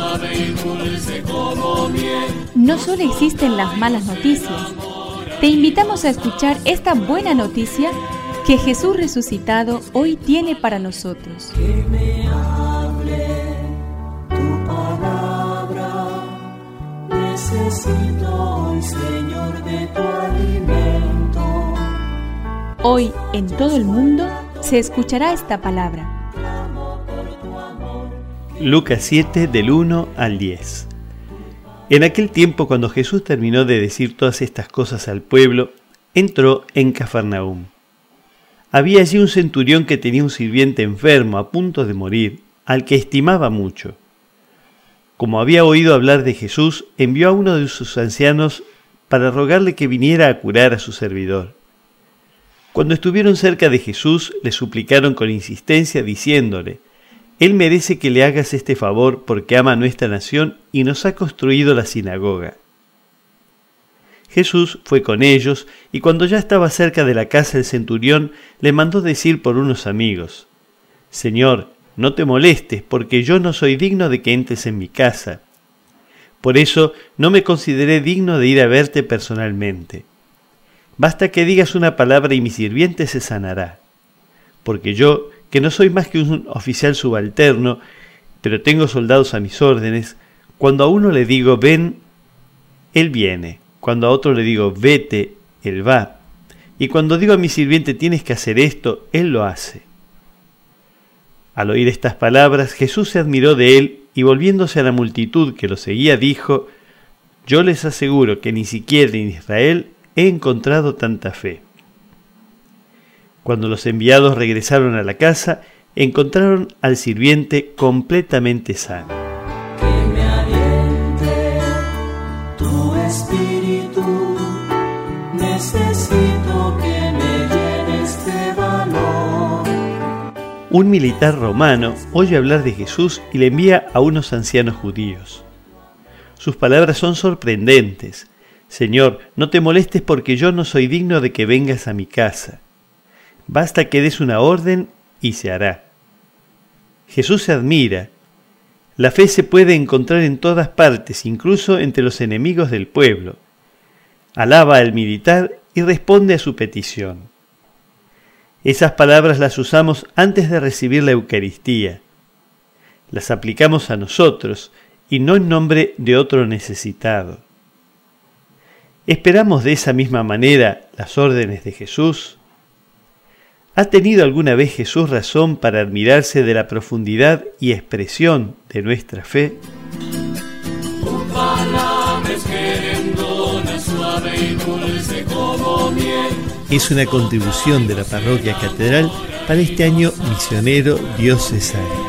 No solo existen las malas noticias. Te invitamos a escuchar esta buena noticia que Jesús resucitado hoy tiene para nosotros. Que me hable tu palabra, necesito hoy, Señor, de tu alimento. Hoy en todo el mundo se escuchará esta palabra. Lucas 7, del 1 al 10. En aquel tiempo, cuando Jesús terminó de decir todas estas cosas al pueblo, entró en Cafarnaúm. Había allí un centurión que tenía un sirviente enfermo, a punto de morir, al que estimaba mucho. Como había oído hablar de Jesús, envió a uno de sus ancianos para rogarle que viniera a curar a su servidor. Cuando estuvieron cerca de Jesús, le suplicaron con insistencia, diciéndole: Él merece que le hagas este favor porque ama a nuestra nación y nos ha construido la sinagoga. Jesús fue con ellos, y cuando ya estaba cerca de la casa del centurión, le mandó decir por unos amigos: Señor, no te molestes, porque yo no soy digno de que entres en mi casa. Por eso no me consideré digno de ir a verte personalmente. Basta que digas una palabra y mi sirviente se sanará. Porque yo, que no soy más que un oficial subalterno, pero tengo soldados a mis órdenes, cuando a uno le digo ven, él viene. Cuando a otro le digo vete, él va. Y cuando digo a mi sirviente tienes que hacer esto, él lo hace. Al oír estas palabras, Jesús se admiró de él y volviéndose a la multitud que lo seguía, dijo: Yo les aseguro que ni siquiera en Israel he encontrado tanta fe. Cuando los enviados regresaron a la casa, encontraron al sirviente completamente sano. Que me aliente tu espíritu, necesito que me llenes de valor. Un militar romano oye hablar de Jesús y le envía a unos ancianos judíos. Sus palabras son sorprendentes. Señor, no te molestes porque yo no soy digno de que vengas a mi casa. Basta que des una orden y se hará. Jesús se admira. La fe se puede encontrar en todas partes, incluso entre los enemigos del pueblo. Alaba al militar y responde a su petición. Esas palabras las usamos antes de recibir la Eucaristía. Las aplicamos a nosotros y no en nombre de otro necesitado. ¿Esperamos de esa misma manera las órdenes de Jesús? ¿Ha tenido alguna vez Jesús razón para admirarse de la profundidad y expresión de nuestra fe? Es una contribución de la Parroquia Catedral para este año misionero diocesano.